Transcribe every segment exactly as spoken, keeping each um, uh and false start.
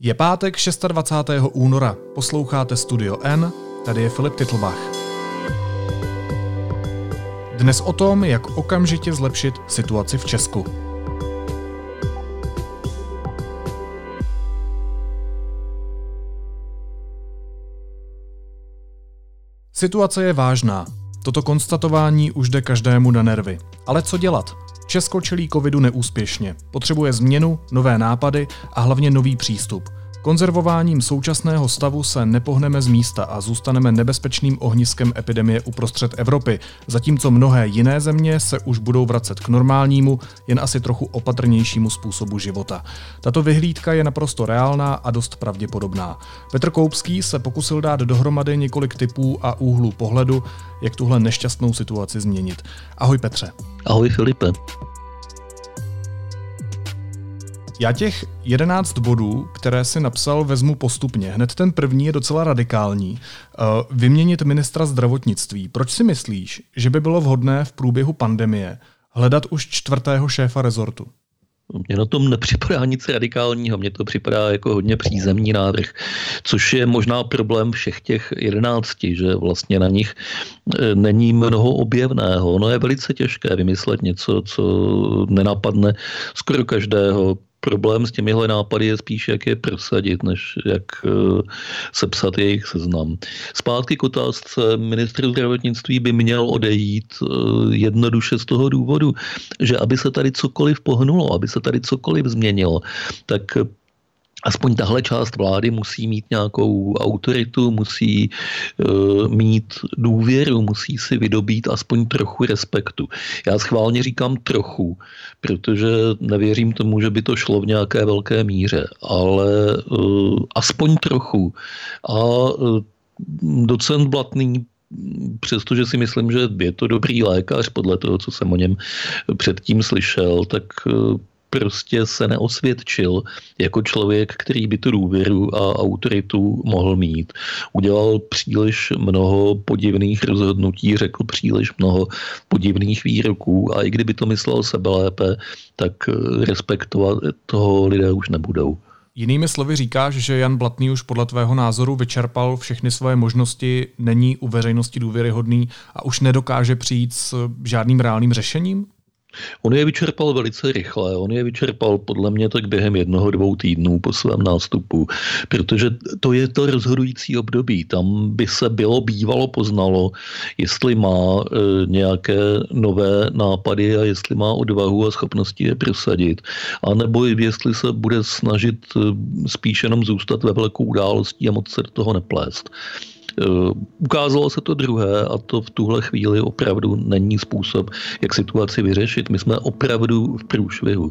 Je pátek dvacátého šestého února, posloucháte Studio N, tady je Filip Titlbach. Dnes o tom, jak okamžitě zlepšit situaci v Česku. Situace je vážná. Toto konstatování už jde každému na nervy. Ale co dělat? Česko čelí covidu neúspěšně. Potřebuje změnu, nové nápady a hlavně nový přístup. Konzervováním současného stavu se nepohneme z místa a zůstaneme nebezpečným ohniskem epidemie uprostřed Evropy, zatímco mnohé jiné země se už budou vracet k normálnímu, jen asi trochu opatrnějšímu způsobu života. Tato vyhlídka je naprosto reálná a dost pravděpodobná. Petr Koupský se pokusil dát dohromady několik typů a úhlů pohledu, jak tuhle nešťastnou situaci změnit. Ahoj Petře. Ahoj Filipe. Já těch jedenáct bodů, které si napsal, vezmu postupně. Hned ten první je docela radikální. Vyměnit ministra zdravotnictví. Proč si myslíš, že by bylo vhodné v průběhu pandemie hledat už čtvrtého šéfa rezortu? Mně na tom nepřipadá nic radikálního, mně to připadá jako hodně přízemní návrh, což je možná problém všech těch jedenácti, že vlastně na nich není mnoho objevného. No je velice těžké vymyslet něco, co nenapadne skoro každého. Problém s těmihle nápady je spíš, jak je prosadit, než jak uh, sepsat jejich seznam. Zpátky k otázce, ministr zdravotnictví by měl odejít uh, jednoduše z toho důvodu, že aby se tady cokoliv pohnulo, aby se tady cokoliv změnilo, tak aspoň tahle část vlády musí mít nějakou autoritu, musí uh, mít důvěru, musí si vydobít aspoň trochu respektu. Já schválně říkám trochu, protože nevěřím tomu, že by to šlo v nějaké velké míře, ale uh, aspoň trochu. A uh, docent Blatný, přestože si myslím, že je to dobrý lékař, podle toho, co jsem o něm předtím slyšel, tak uh, prostě se neosvědčil jako člověk, který by tu důvěru a autoritu mohl mít. Udělal příliš mnoho podivných rozhodnutí, řekl příliš mnoho podivných výroků a i kdyby to myslel sebelépe, tak respektovat toho lidé už nebudou. Jinými slovy říkáš, že Jan Blatný už podle tvého názoru vyčerpal všechny svoje možnosti, není u veřejnosti důvěryhodný a už nedokáže přijít s žádným reálným řešením? On je vyčerpal velice rychle, on je vyčerpal podle mě tak během jednoho, dvou týdnů po svém nástupu, protože to je to rozhodující období, tam by se bylo bývalo poznalo, jestli má e, nějaké nové nápady a jestli má odvahu a schopnosti je prosadit, anebo jestli se bude snažit e, spíš jenom zůstat ve velkou událostí a moc se do toho neplést. Ukázalo se to druhé a to v tuhle chvíli opravdu není způsob, jak situaci vyřešit. My jsme opravdu v průšvihu.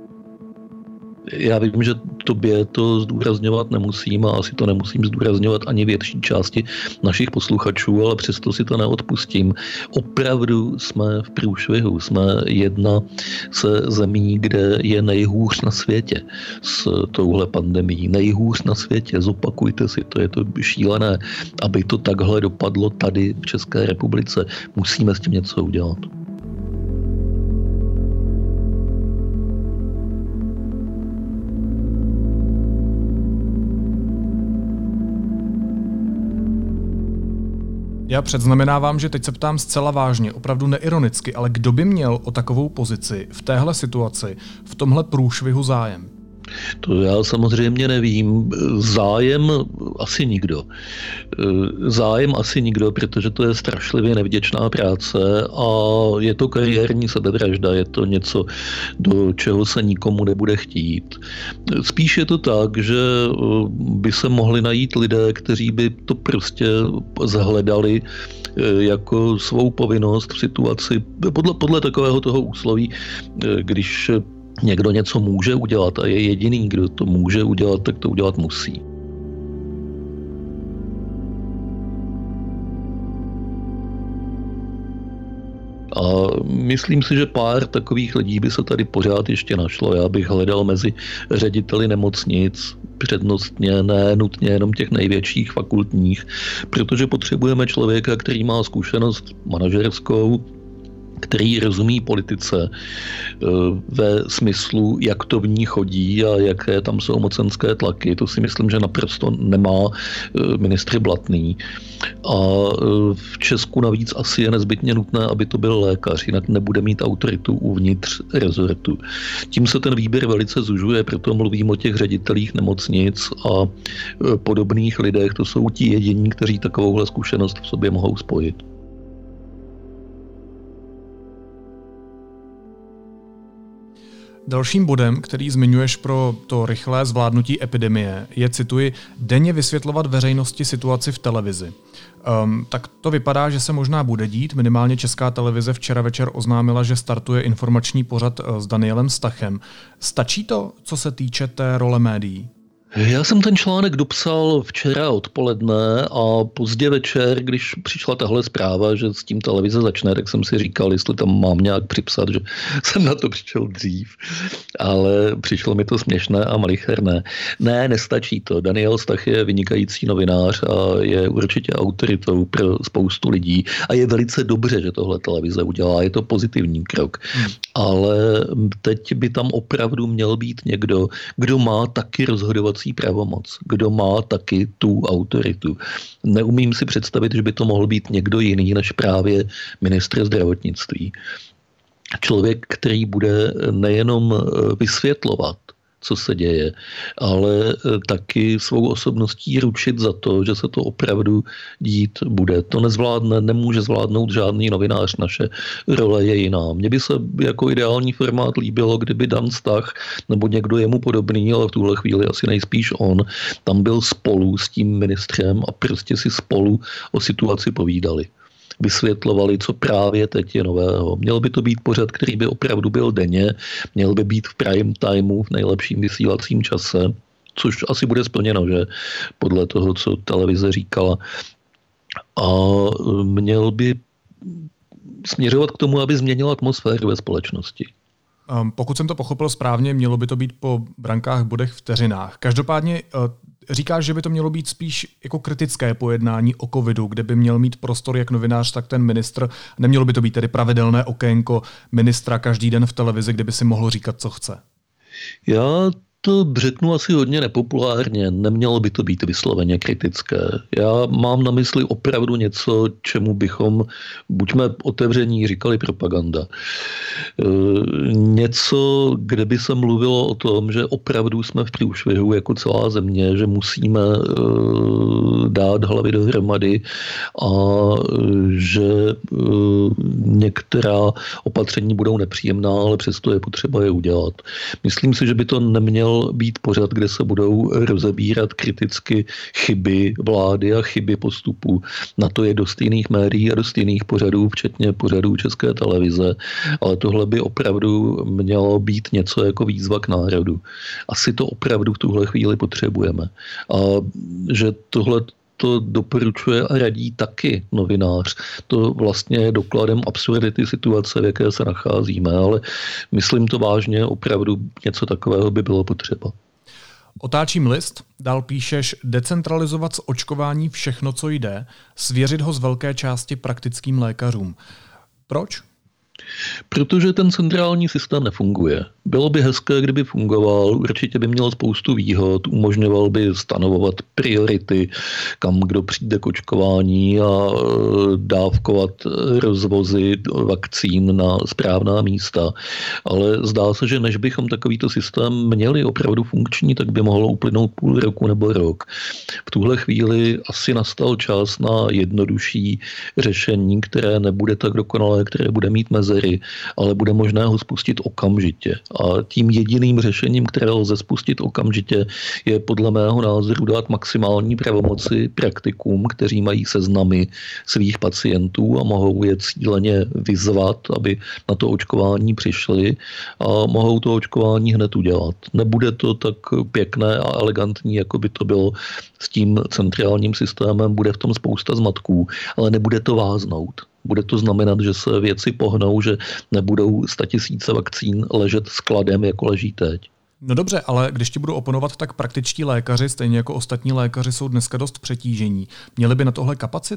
Já vím, že tobě to zdůrazňovat nemusím a asi to nemusím zdůrazňovat ani větší části našich posluchačů, ale přesto si to neodpustím. Opravdu jsme v průšvihu. Jsme jedna ze zemí, kde je nejhůř na světě s touhle pandemií. Nejhůř na světě, zopakujte si, to je to šílené. Aby to takhle dopadlo tady v České republice, musíme s tím něco udělat. Já předznamenávám, že teď se ptám zcela vážně, opravdu neironicky, ale kdo by měl o takovou pozici v téhle situaci, v tomhle průšvihu zájem? To já samozřejmě nevím. Zájem asi nikdo. Zájem asi nikdo, protože to je strašlivě nevděčná práce a je to kariérní sebevražda, je to něco, do čeho se nikomu nebude chtít. Spíš je to tak, že by se mohli najít lidé, kteří by to prostě zhledali jako svou povinnost v situaci, podle, podle takového toho úsloví, když někdo něco může udělat a je jediný, kdo to může udělat, tak to udělat musí. A myslím si, že pár takových lidí by se tady pořád ještě našlo. Já bych hledal mezi řediteli nemocnic, přednostně ne nutně jenom těch největších fakultních, protože potřebujeme člověka, který má zkušenost manažerskou, který rozumí politice ve smyslu, jak to v ní chodí a jaké tam jsou mocenské tlaky. To si myslím, že naprosto nemá ministr Blatný. A v Česku navíc asi je nezbytně nutné, aby to byl lékař, jinak nebude mít autoritu uvnitř rezortu. Tím se ten výběr velice zužuje, proto mluvím o těch ředitelích nemocnic a podobných lidech. To jsou ti jediní, kteří takovouhle zkušenost v sobě mohou spojit. Dalším bodem, který zmiňuješ pro to rychlé zvládnutí epidemie, je, cituji, denně vysvětlovat veřejnosti situaci v televizi. Um, tak to vypadá, že se možná bude dít. Minimálně Česká televize včera večer oznámila, že startuje informační pořad s Danielem Stachem. Stačí to, co se týče té role médií? Já jsem ten článek dopsal včera odpoledne a pozdě večer, když přišla tahle zpráva, že s tím televize začne, tak jsem si říkal, jestli tam mám nějak připsat, že jsem na to přišel dřív. Ale přišlo mi to směšné a malicherné. Ne, nestačí to. Daniel Stach je vynikající novinář a je určitě autoritou pro spoustu lidí a je velice dobře, že tohle televize udělá. Je to pozitivní krok. Hmm. Ale teď by tam opravdu měl být někdo, kdo má taky rozhodovací pravomoc, kdo má taky tu autoritu. Neumím si představit, že by to mohl být někdo jiný než právě ministr zdravotnictví. Člověk, který bude nejenom vysvětlovat, co se děje, ale taky svou osobností ručit za to, že se to opravdu dít bude. To nezvládne, nemůže zvládnout žádný novinář, naše role je jiná. Mně by se jako ideální formát líbilo, kdyby Dan Stach nebo někdo jemu podobný, ale v tuhle chvíli asi nejspíš on, tam byl spolu s tím ministrem a prostě si spolu o situaci povídali. Vysvětlovali, co právě teď je nového. Měl by to být pořad, který by opravdu byl denně, měl by být v prime timeu, v nejlepším vysílacím čase, což asi bude splněno, že podle toho, co televize říkala. A měl by směřovat k tomu, aby změnil atmosféru ve společnosti. Pokud jsem to pochopil správně, mělo by to být po brankách, bodech, vteřinách. Každopádně říkáš, že by to mělo být spíš jako kritické pojednání o covidu, kde by měl mít prostor jak novinář, tak ten ministr. Nemělo by to být tedy pravidelné okénko ministra každý den v televizi, kde by si mohl říkat, co chce. Já to řeknu asi hodně nepopulárně, nemělo by to být vysloveně kritické. Já mám na mysli opravdu něco, čemu bychom, buďme otevření, říkali propaganda. E, něco, kde by se mluvilo o tom, že opravdu jsme v průšvihu jako celá země, že musíme e, dát hlavy dohromady a že e, některá opatření budou nepříjemná, ale přesto je potřeba je udělat. Myslím si, že by to neměl být pořad, kde se budou rozebírat kriticky chyby vlády a chyby postupu. Na to je dost jiných médií a dost jiných pořadů, včetně pořadů České televize, ale tohle by opravdu mělo být něco jako výzva k národu. Asi to opravdu v tuhle chvíli potřebujeme. A že tohle to doporučuje a radí taky novinář. To vlastně je dokladem absurdity situace, v jaké se nacházíme, ale myslím to vážně, opravdu něco takového by bylo potřeba. Otáčím list, dál píšeš decentralizovat z očkování všechno, co jde, svěřit ho z velké části praktickým lékařům. Proč? Protože ten centrální systém nefunguje. Bylo by hezké, kdyby fungoval, určitě by měl spoustu výhod, umožňoval by stanovovat priority, kam kdo přijde k očkování a dávkovat rozvozy vakcín na správná místa. Ale zdá se, že než bychom takovýto systém měli opravdu funkční, tak by mohlo uplynout půl roku nebo rok. V tuhle chvíli asi nastal čas na jednodušší řešení, které nebude tak dokonalé, které bude mít mezery, ale bude možné ho spustit okamžitě. A tím jediným řešením, které lze spustit okamžitě, je podle mého názoru dát maximální pravomoci praktikům, kteří mají seznamy svých pacientů a mohou je cíleně vyzvat, aby na to očkování přišli a mohou to očkování hned udělat. Nebude to tak pěkné a elegantní, jako by to bylo s tím centrálním systémem, bude v tom spousta zmatků, ale nebude to váznout. Bude to znamenat, že se věci pohnou, že nebudou statisíce vakcín ležet skladem, jako leží teď. No dobře, ale když ti budu oponovat, tak praktičtí lékaři, stejně jako ostatní lékaři, jsou dneska dost přetížení. Měli by na tohle kapacity?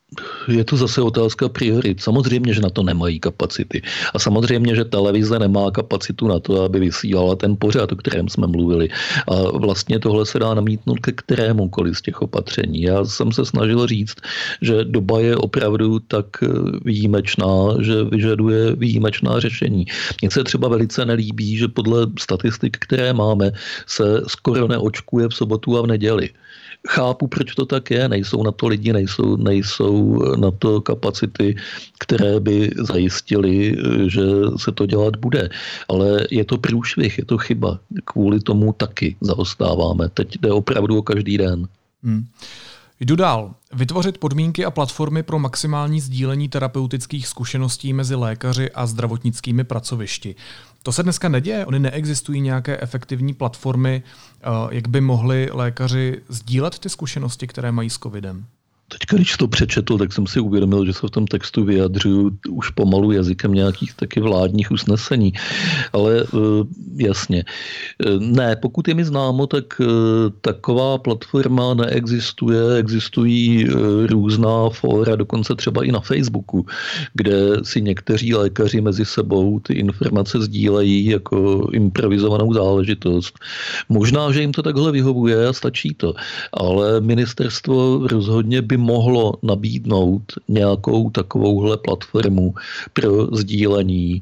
Je to zase otázka priorit. Samozřejmě, že na to nemají kapacity. A samozřejmě, že televize nemá kapacitu na to, aby vysílala ten pořad, o kterém jsme mluvili. A vlastně tohle se dá namítnout ke kterémukoliv z těch opatření. Já jsem se snažil říct, že doba je opravdu tak výjimečná, že vyžaduje výjimečná řešení. Mně se třeba velice nelíbí, že podle statistik, které máme, se skoro neočkuje v sobotu a v neděli. Chápu, proč to tak je, nejsou na to lidi, nejsou, nejsou na to kapacity, které by zajistily, že se to dělat bude. Ale je to průšvih, je to chyba. Kvůli tomu taky zaostáváme. Teď jde opravdu o každý den. Hmm. Jdu dál. Vytvořit podmínky a platformy pro maximální sdílení terapeutických zkušeností mezi lékaři a zdravotnickými pracovišti. To se dneska neděje, ony neexistují nějaké efektivní platformy, jak by mohli lékaři sdílet ty zkušenosti, které mají s covidem. Teďka, když to přečetl, tak jsem si uvědomil, že se v tom textu vyjadřuju už pomalu jazykem nějakých taky vládních usnesení. Ale jasně. Ne, pokud je mi známo, tak taková platforma neexistuje. Existují různá fóra, dokonce třeba i na Facebooku, kde si někteří lékaři mezi sebou ty informace sdílejí jako improvizovanou záležitost. Možná, že jim to takhle vyhovuje a stačí to. Ale ministerstvo rozhodně by mohlo nabídnout nějakou takovouhle platformu pro sdílení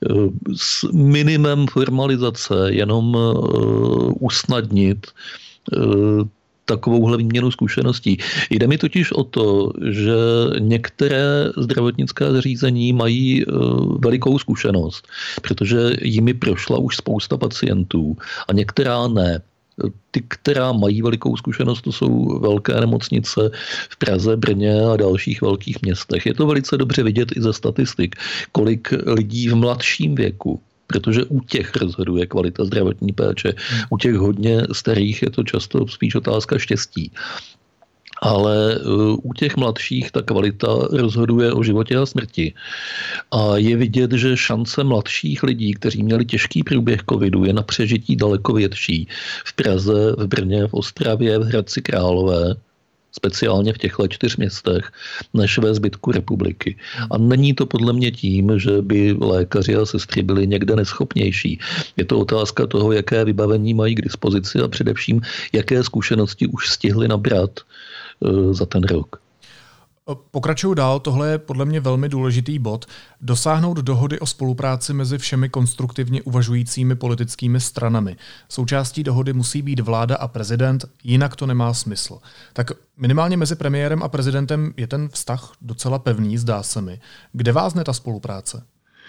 s minimem formalizace, jenom usnadnit takovouhle výměnu zkušeností. Jde mi totiž o to, že některé zdravotnická zařízení mají velikou zkušenost, protože jimi prošla už spousta pacientů a některá ne. Ty, která mají velikou zkušenost, to jsou velké nemocnice v Praze, Brně a dalších velkých městech. Je to velice dobře vidět i ze statistik, kolik lidí v mladším věku, protože u těch rozhoduje kvalita zdravotní péče. U těch hodně starých je to často spíš otázka štěstí. Ale u těch mladších ta kvalita rozhoduje o životě a smrti. A je vidět, že šance mladších lidí, kteří měli těžký průběh covidu, je na přežití daleko větší. V Praze, v Brně, v Ostravě, v Hradci Králové, speciálně v těchto čtyř městech, než ve zbytku republiky. A není to podle mě tím, že by lékaři a sestry byli někde neschopnější. Je to otázka toho, jaké vybavení mají k dispozici a především, jaké zkušenosti už stihli nabrat za ten rok. Pokračuju dál, tohle je podle mě velmi důležitý bod. Dosáhnout dohody o spolupráci mezi všemi konstruktivně uvažujícími politickými stranami. Součástí dohody musí být vláda a prezident, jinak to nemá smysl. Tak minimálně mezi premiérem a prezidentem je ten vztah docela pevný, zdá se mi. Kde vázne ta spolupráce?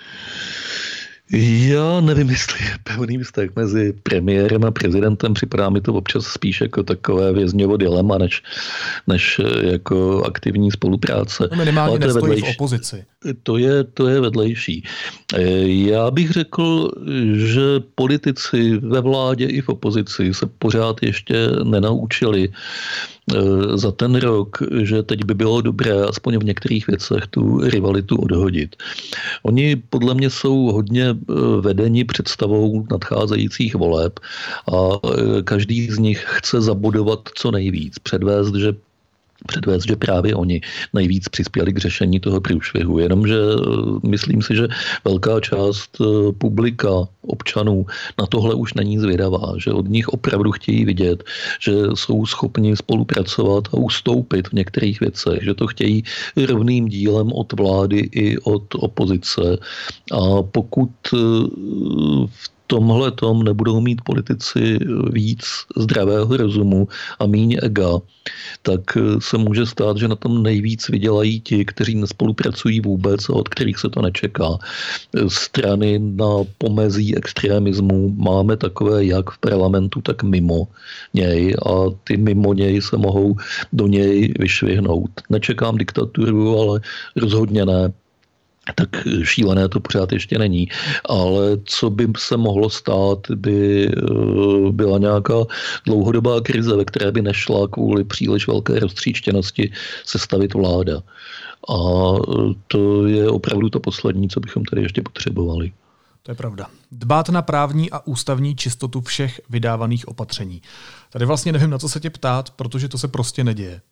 Já nevím, jestli je pevný vztah mezi premiérem a prezidentem. Připadá mi to občas spíš jako takové vězňovo dilema, než, než jako aktivní spolupráce. No minimálně nestojí v opozici. To je, to je vedlejší. Já bych řekl, že politici ve vládě i v opozici se pořád ještě nenaučili za ten rok, že teď by bylo dobré aspoň v některých věcech tu rivalitu odhodit. Oni podle mě jsou hodně vedeni představou nadcházejících voleb a každý z nich chce zabudovat co nejvíc, předvést, že předvést, že právě oni nejvíc přispěli k řešení toho průšvihu. Jenomže myslím si, že velká část publika, občanů na tohle už není zvědavá, že od nich opravdu chtějí vidět, že jsou schopni spolupracovat a ustoupit v některých věcech, že to chtějí rovným dílem od vlády i od opozice. A pokud v tomhle tom nebudou mít politici víc zdravého rozumu a míň ega, tak se může stát, že na tom nejvíc vydělají ti, kteří nespolupracují vůbec a od kterých se to nečeká. Strany na pomezí extremismu máme takové jak v parlamentu, tak mimo něj a ty mimo něj se mohou do něj vyšvihnout. Nečekám diktaturu, ale rozhodně ne. Tak šílené to pořád ještě není. Ale co by se mohlo stát, by byla nějaká dlouhodobá krize, ve které by nešla kvůli příliš velké roztříštěnosti sestavit vláda. A to je opravdu to poslední, co bychom tady ještě potřebovali. To je pravda. Dbát na právní a ústavní čistotu všech vydávaných opatření. Tady vlastně nevím, na co se tě ptát, protože to se prostě neděje.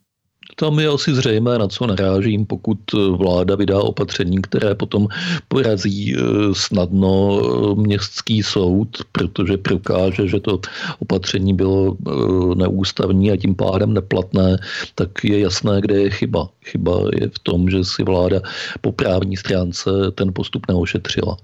Tam je asi zřejmé, na co narážím, pokud vláda vydá opatření, které potom porazí snadno městský soud, protože prokáže, že to opatření bylo neústavní a tím pádem neplatné, tak je jasné, kde je chyba. Chyba je v tom, že si vláda po právní stránce ten postup neošetřila.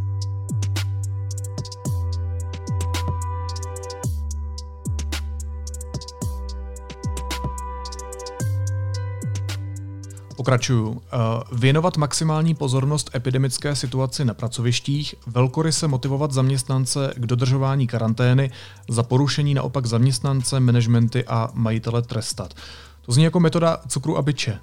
Pokračuju. Věnovat maximální pozornost epidemické situaci na pracovištích, velkoryse motivovat zaměstnance k dodržování karantény, za porušení naopak zaměstnance, managementy a majitele trestat. To zní jako metoda cukru a biče.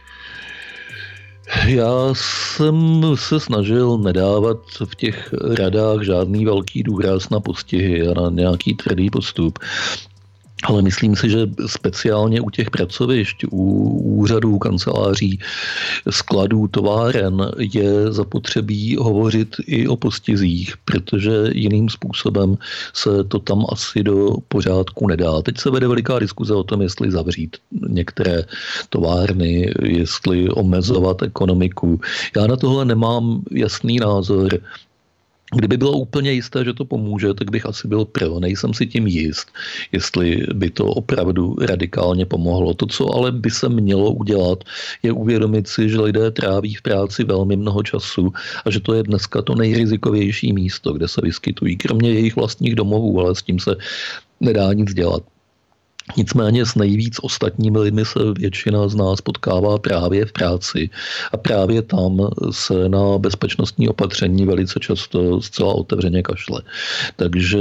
Já jsem se snažil nedávat v těch radách žádný velký důraz na postihy a na nějaký tvrdý postup. Ale myslím si, že speciálně u těch pracovišť, u úřadů, kanceláří, skladů, továren je zapotřebí hovořit i o postizích, protože jiným způsobem se to tam asi do pořádku nedá. Teď se vede veliká diskuze o tom, jestli zavřít některé továrny, jestli omezovat ekonomiku. Já na tohle nemám jasný názor. Kdyby bylo úplně jisté, že to pomůže, tak bych asi byl pro. Nejsem si tím jist, jestli by to opravdu radikálně pomohlo. To, co ale by se mělo udělat, je uvědomit si, že lidé tráví v práci velmi mnoho času a že to je dneska to nejrizikovější místo, kde se vyskytují, kromě jejich vlastních domovů, ale s tím se nedá nic dělat. Nicméně s nejvíc ostatními lidmi se většina z nás potkává právě v práci a právě tam se na bezpečnostní opatření velice často zcela otevřeně kašle. Takže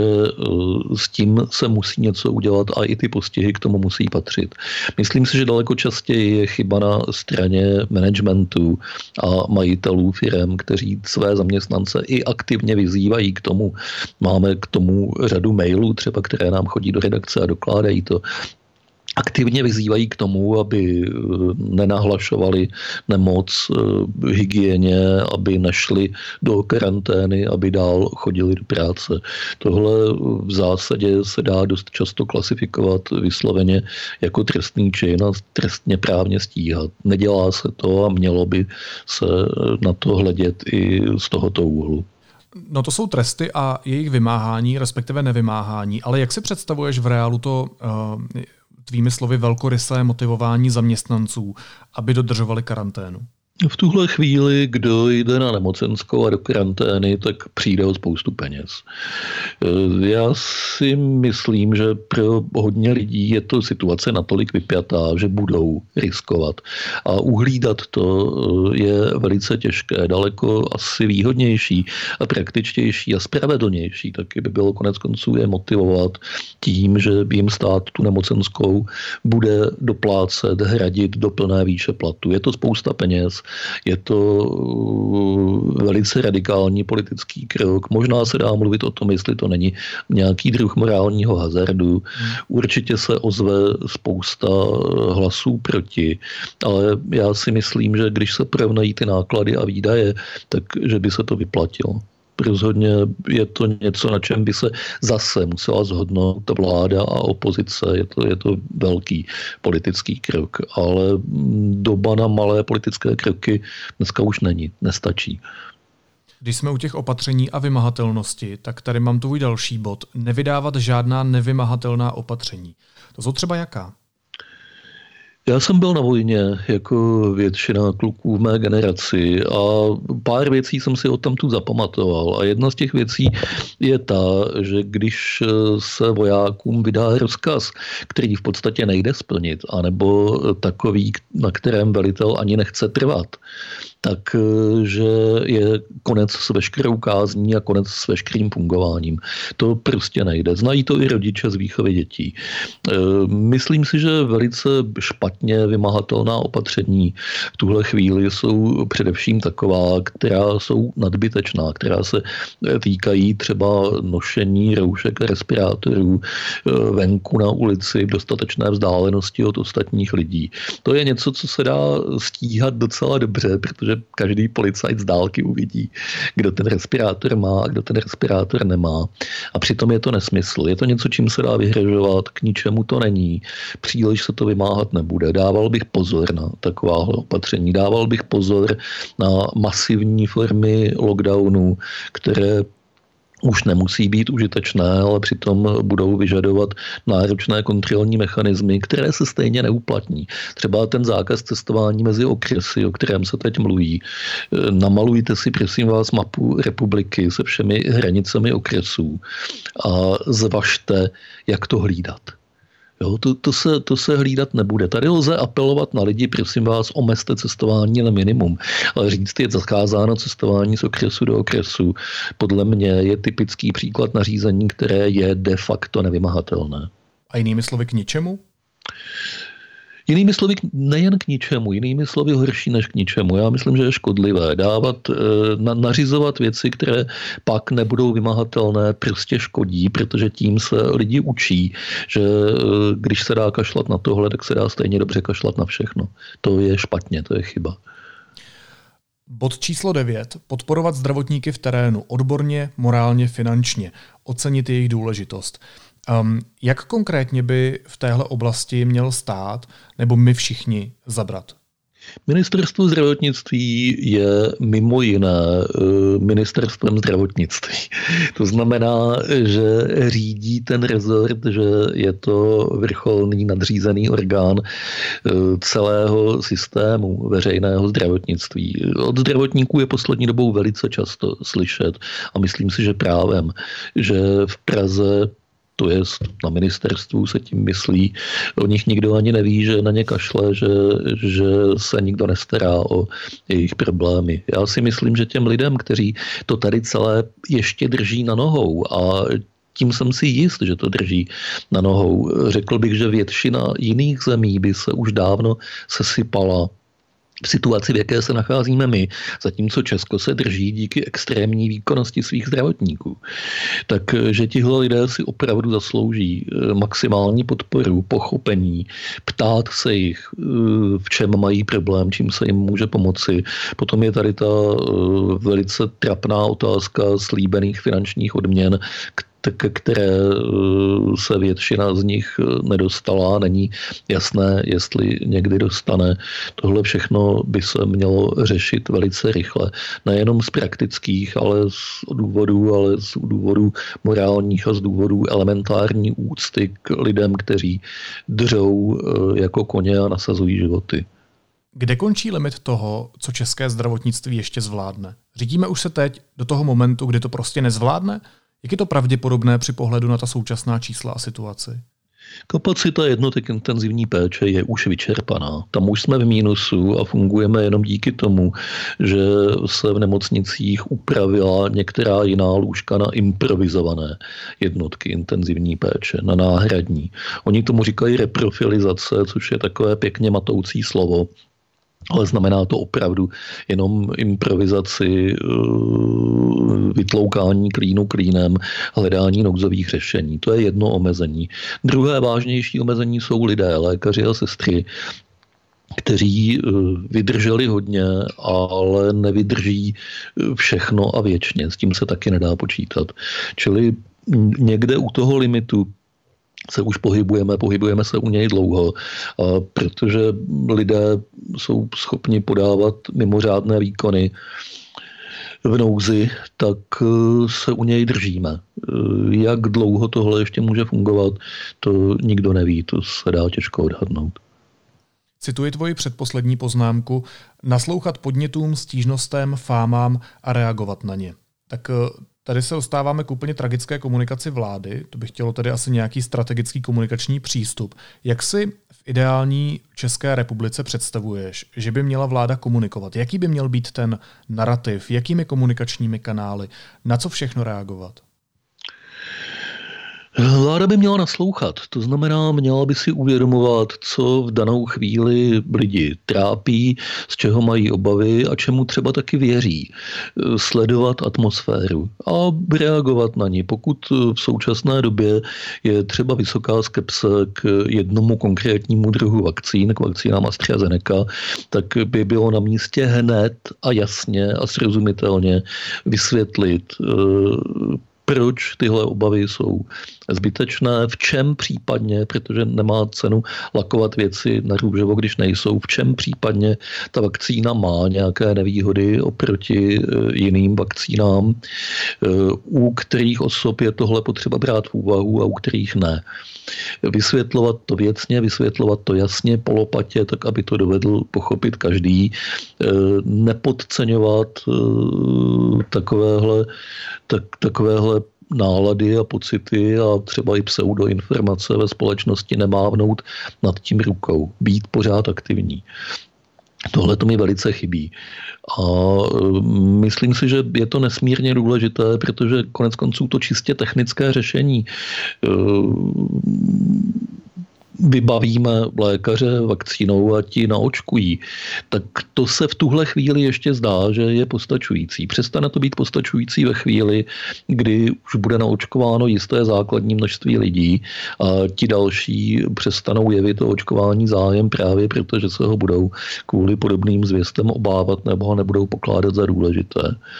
s tím se musí něco udělat a i ty postihy k tomu musí patřit. Myslím si, že daleko častěji je chyba na straně managementu a majitelů firem, kteří své zaměstnance i aktivně vyzývají k tomu. Máme k tomu řadu mailů třeba, které nám chodí do redakce a dokládají to. Aktivně vyzývají k tomu, aby nenahlašovali nemoc, hygieně, aby nešli do karantény, aby dál chodili do práce. Tohle v zásadě se dá dost často klasifikovat vysloveně jako trestný čin a trestně právně stíhat. Nedělá se to a mělo by se na to hledět i z tohoto úhlu. No to jsou tresty a jejich vymáhání, respektive nevymáhání, ale jak si představuješ v reálu to uh, tvými slovy velkorysé motivování zaměstnanců, aby dodržovali karanténu? V tuhle chvíli, kdo jde na nemocenskou a do karantény, tak přijde o spoustu peněz. Já si myslím, že pro hodně lidí je to situace natolik vypjatá, že budou riskovat. A uhlídat to je velice těžké, daleko asi výhodnější a praktičtější a spravedlnější. Taky by bylo konec konců je motivovat tím, že jim stát tu nemocenskou bude doplácet, hradit do plné výše platu. Je to spousta peněz. Je to velice radikální politický krok. Možná se dá mluvit o tom, jestli to není nějaký druh morálního hazardu. Určitě se ozve spousta hlasů proti, ale já si myslím, že když se porovnají ty náklady a výdaje, tak že by se to vyplatilo. Rozhodně je to něco, na čem by se zase musela shodnout ta vláda a opozice. Je to, je to velký politický krok, ale doba na malé politické kroky dneska už není, nestačí. Když jsme u těch opatření a vymahatelnosti, tak tady mám tvůj další bod. Nevydávat žádná nevymahatelná opatření. To jsou třeba jaká? Já jsem byl na vojně jako většina kluků v mé generaci a pár věcí jsem si odtamtud zapamatoval. A jedna z těch věcí je ta, že když se vojákům vydá rozkaz, který v podstatě nejde splnit, anebo takový, na kterém velitel ani nechce trvat, tak že je konec s veškerou kázní a konec s veškerým fungováním. To prostě nejde. Znají to i rodiče z výchovy dětí. Myslím si, že velice špatně vymahatelná opatření v tuhle chvíli jsou především taková, která jsou nadbytečná, která se týkají třeba nošení roušek a respirátorů venku na ulici v dostatečné vzdálenosti od ostatních lidí. To je něco, co se dá stíhat docela dobře, protože každý policajt z dálky uvidí, kdo ten respirátor má a kdo ten respirátor nemá. A přitom je to nesmysl. Je to něco, čím se dá vyhrožovat, k ničemu to není. Příliš se to vymáhat nebude. nebude. Dával bych pozor na takováhle opatření. Dával bych pozor na masivní formy lockdownu, které už nemusí být užitečné, ale přitom budou vyžadovat náročné kontrolní mechanismy, které se stejně neuplatní. Třeba ten zákaz cestování mezi okresy, o kterém se teď mluví. Namalujte si, prosím vás, mapu republiky se všemi hranicemi okresů a zvažte, jak to hlídat. Jo, to, to, se, to se hlídat nebude. Tady lze apelovat na lidi, prosím vás, omezte cestování na minimum. Ale říct, je zakázáno cestování z okresu do okresu, podle mě je typický příklad nařízení, které je de facto nevymahatelné. A jinými slovy k ničemu? Jinými slovy nejen k ničemu, jinými slovy horší než k ničemu. Já myslím, že je škodlivé dávat, na, nařizovat věci, které pak nebudou vymahatelné, prostě škodí, protože tím se lidi učí, že když se dá kašlat na tohle, tak se dá stejně dobře kašlat na všechno. To je špatně, to je chyba. Bod číslo devět. Podporovat zdravotníky v terénu odborně, morálně, finančně. Ocenit jejich důležitost. Um, jak konkrétně by v téhle oblasti měl stát, nebo my všichni zabrat? Ministerstvo zdravotnictví je mimo jiné ministerstvem zdravotnictví. To znamená, že řídí ten rezort, že je to vrcholný nadřízený orgán celého systému veřejného zdravotnictví. Od zdravotníků je poslední dobou velice často slyšet a myslím si, že právem, že v Praze, to je na ministerstvu se tím myslí, o nich nikdo ani neví, že na ně kašle, že, že se nikdo nestará o jejich problémy. Já si myslím, že těm lidem, kteří to tady celé ještě drží na nohou a tím jsem si jist, že to drží na nohou. Řekl bych, že většina jiných zemí by se už dávno sesypala v situaci, v jaké se nacházíme my, zatímco Česko se drží díky extrémní výkonnosti svých zdravotníků. Takže tihle lidé si opravdu zaslouží maximální podporu, pochopení, ptát se jich, v čem mají problém, čím se jim může pomoci. Potom je tady ta velice trapná otázka slíbených finančních odměn, ke které se většina z nich nedostala. Není jasné, jestli někdy dostane. Tohle všechno by se mělo řešit velice rychle. Nejenom z praktických, ale z důvodů, ale z důvodů morálních a z důvodů elementární úcty k lidem, kteří držou jako koně a nasazují životy. Kde končí limit toho, co české zdravotnictví ještě zvládne? Řídíme už se teď do toho momentu, kdy to prostě nezvládne? Jak je to pravděpodobné při pohledu na ta současná čísla a situaci? Kapacita jednotek intenzivní péče je už vyčerpaná. Tam už jsme v mínusu a fungujeme jenom díky tomu, že se v nemocnicích upravila některá jiná lůžka na improvizované jednotky intenzivní péče, na náhradní. Oni tomu říkají reprofilizace, což je takové pěkně matoucí slovo. Ale znamená to opravdu jenom improvizaci, vytloukání klínu klínem, hledání nouzových řešení. To je jedno omezení. Druhé vážnější omezení jsou lidé, lékaři a sestry, kteří vydrželi hodně, ale nevydrží všechno a věčně. S tím se taky nedá počítat. Čili někde u toho limitu se už pohybujeme, pohybujeme se u něj dlouho, a protože lidé jsou schopni podávat mimořádné výkony v nouzi, tak se u něj držíme. Jak dlouho tohle ještě může fungovat, to nikdo neví, to se dá těžko odhadnout. Cituji tvoji předposlední poznámku, naslouchat podnětům, stížnostem, fámám a reagovat na ně. Tak tady se dostáváme k úplně tragické komunikaci vlády. To by chtělo tedy asi nějaký strategický komunikační přístup. Jak si v ideální České republice představuješ, že by měla vláda komunikovat? Jaký by měl být ten narrativ? Jakými komunikačními kanály? Na co všechno reagovat? Vláda by měla naslouchat, to znamená, měla by si uvědomovat, co v danou chvíli lidi trápí, z čeho mají obavy a čemu třeba taky věří. Sledovat atmosféru a reagovat na ní. Pokud v současné době je třeba vysoká skepse k jednomu konkrétnímu druhu vakcín, k vakcínám AstraZeneca, tak by bylo na místě hned a jasně a srozumitelně vysvětlit, proč tyhle obavy jsou zbytečné, v čem případně, protože nemá cenu lakovat věci na růžovo, když nejsou, v čem případně ta vakcína má nějaké nevýhody oproti jiným vakcínám, u kterých osob je tohle potřeba brát v úvahu a u kterých ne. Vysvětlovat to věcně, vysvětlovat to jasně, po lopatě, tak aby to dovedl pochopit každý. Nepodceňovat takovéhle, tak, takovéhle nálady a pocity a třeba i pseudoinformace ve společnosti nemávnout nad tím rukou. Být pořád aktivní. Tohle to mi velice chybí. A myslím si, že je to nesmírně důležité, protože konec konců to čistě technické řešení vybavíme lékaře vakcínou a ti naočkují, tak to se v tuhle chvíli ještě zdá, že je postačující. Přestane to být postačující ve chvíli, kdy už bude naočkováno jisté základní množství lidí a ti další přestanou jevit o očkování zájem právě protože se ho budou kvůli podobným zvěstem obávat nebo ho nebudou pokládat za důležité.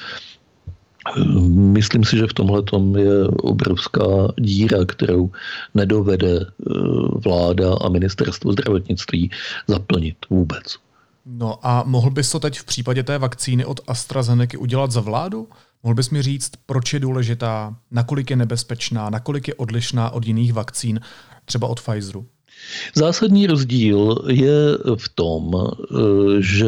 Myslím si, že v tomhle tom je obrovská díra, kterou nedovede vláda a ministerstvo zdravotnictví zaplnit vůbec. No a mohl bys to teď v případě té vakcíny od AstraZeneca udělat za vládu? Mohl bys mi říct, proč je důležitá, nakolik je nebezpečná, nakolik je odlišná od jiných vakcín, třeba od Pfizeru? Zásadní rozdíl je v tom, že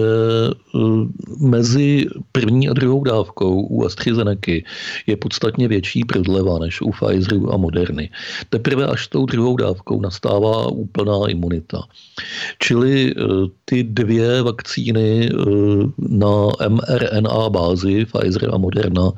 mezi první a druhou dávkou u AstraZeneca je podstatně větší prodleva než u Pfizeru a Moderny. Teprve až s tou druhou dávkou nastává úplná imunita. Čili ty dvě vakcíny na mRNA bázi, Pfizer a Moderna,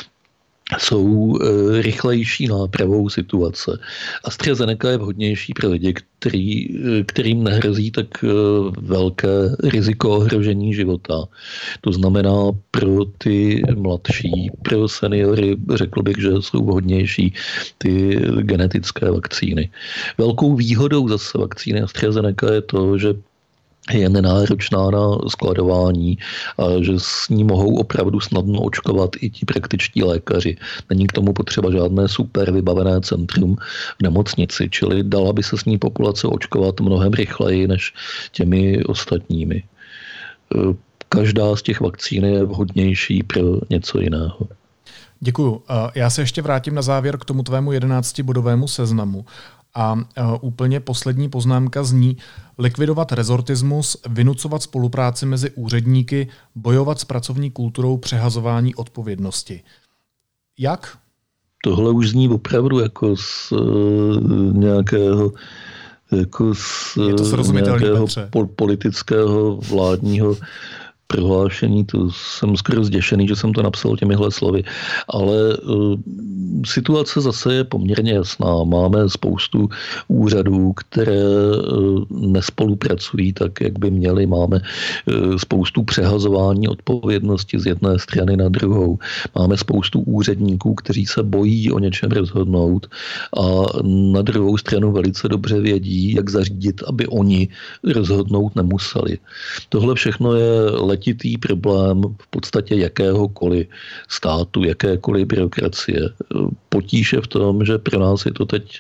jsou rychlejší nápravou situace. AstraZeneca je vhodnější pro lidi, který, kterým nehrozí tak velké riziko ohrožení života. To znamená pro ty mladší, pro seniory, řekl bych, že jsou vhodnější ty genetické vakcíny. Velkou výhodou zase vakcíny AstraZeneca je to, že je nenáročná na skladování a že s ní mohou opravdu snadno očkovat i ti praktičtí lékaři. Není k tomu potřeba žádné super vybavené centrum v nemocnici, čili dala by se s ní populace očkovat mnohem rychleji než těmi ostatními. Každá z těch vakcín je vhodnější pro něco jiného. Děkuju. Já se ještě vrátím na závěr k tomu tvému jedenáctibodovému seznamu. A úplně poslední poznámka zní: likvidovat rezortismus, vynucovat spolupráci mezi úředníky, bojovat s pracovní kulturou přehazování odpovědnosti. Jak? Tohle už zní opravdu jako z uh, nějakého, jako z, uh, nějakého po- politického vládního prohlášení, to jsem skoro zděšený, že jsem to napsal těmihle slovy, ale uh, situace zase je poměrně jasná. Máme spoustu úřadů, které uh, nespolupracují tak, jak by měly. Máme uh, spoustu přehazování odpovědnosti z jedné strany na druhou. Máme spoustu úředníků, kteří se bojí o něčem rozhodnout a na druhou stranu velice dobře vědí, jak zařídit, aby oni rozhodnout nemuseli. Tohle všechno je letitý problém v podstatě jakéhokoliv státu, jakékoliv byrokracie. Potíž je v tom, že pro nás je to teď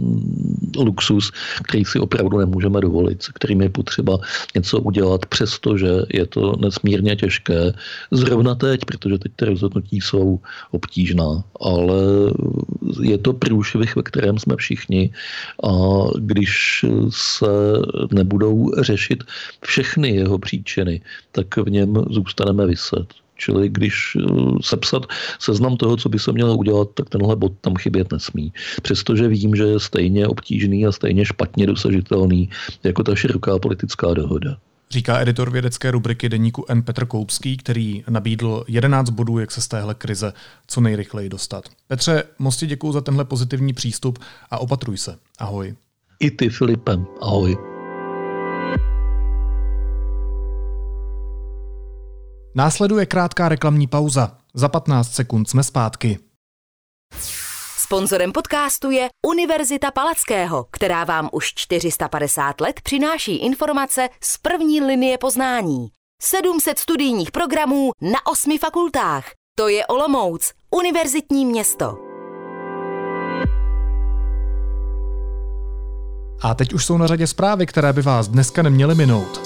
luxus, který si opravdu nemůžeme dovolit, se kterým je potřeba něco udělat, přestože je to nesmírně těžké. Zrovna teď, protože teď ty rozhodnutí jsou obtížná, ale je to průšvih, ve kterém jsme všichni a když se nebudou řešit všechny jeho příčiny, tak v něm zůstaneme viset. Čili když sepsat seznam toho, co by se mělo udělat, tak tenhle bod tam chybět nesmí. Přestože vím, že je stejně obtížný a stejně špatně dosažitelný jako ta široká politická dohoda. Říká editor vědecké rubriky deníku N Petr Koupský, který nabídl jedenáct bodů, jak se z téhle krize co nejrychleji dostat. Petře, moc ti děkuju za tenhle pozitivní přístup a opatruj se. Ahoj. I ty, Filipe. Ahoj. Následuje krátká reklamní pauza. Za patnáct sekund jsme zpátky. Sponzorem podcastu je Univerzita Palackého, která vám už čtyři sta padesát let přináší informace z první linie poznání. sedm set studijních programů na osmi fakultách. To je Olomouc, univerzitní město. A teď už jsou na řadě zprávy, které by vás dneska neměly minout.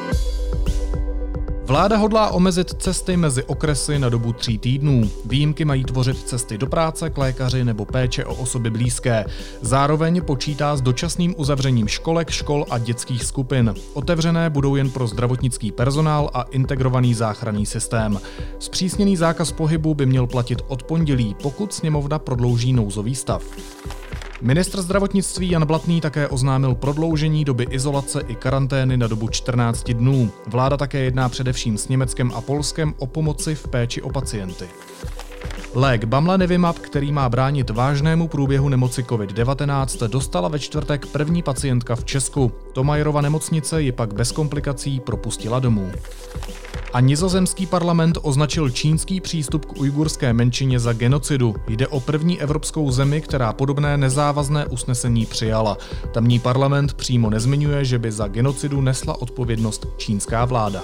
Vláda hodlá omezit cesty mezi okresy na dobu tří týdnů. Výjimky mají tvořit cesty do práce, k lékaři nebo péče o osoby blízké. Zároveň počítá s dočasným uzavřením školek, škol a dětských skupin. Otevřené budou jen pro zdravotnický personál a integrovaný záchranný systém. Zpřísněný zákaz pohybu by měl platit od pondělí, pokud sněmovna prodlouží nouzový stav. Ministr zdravotnictví Jan Blatný také oznámil prodloužení doby izolace i karantény na dobu čtrnáct dnů. Vláda také jedná především s Německem a Polskem o pomoci v péči o pacienty. Lék Bamlanivimab, který má bránit vážnému průběhu nemoci covid devatenáct, dostala ve čtvrtek první pacientka v Česku. Thomayerova nemocnice ji pak bez komplikací propustila domů. A nizozemský parlament označil čínský přístup k ujgurské menšině za genocidu. Jde o první evropskou zemi, která podobné nezávazné usnesení přijala. Tamní parlament přímo nezmiňuje, že by za genocidu nesla odpovědnost čínská vláda.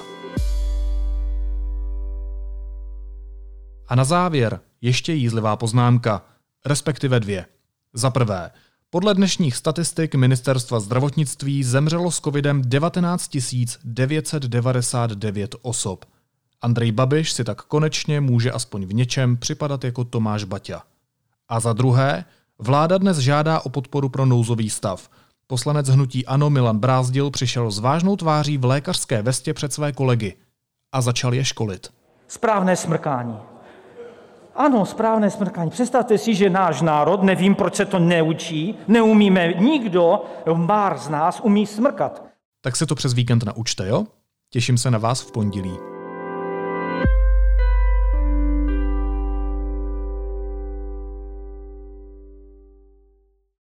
A na závěr ještě jízlivá poznámka, respektive dvě. Za prvé, podle dnešních statistik Ministerstva zdravotnictví zemřelo s covidem devatenáct tisíc devět set devadesát devět osob. Andrej Babiš si tak konečně může aspoň v něčem připadat jako Tomáš Baťa. A za druhé, vláda dnes žádá o podporu pro nouzový stav. Poslanec hnutí ANO Milan Brázdil přišel s vážnou tváří v lékařské vestě před své kolegy a začal je školit. Správné smrkání. Ano, správné smrkání. Představte si, že náš národ, nevím, proč se to neučí, neumíme, nikdo, pár z nás umí smrkat. Tak se to přes víkend naučte, jo? Těším se na vás v pondělí.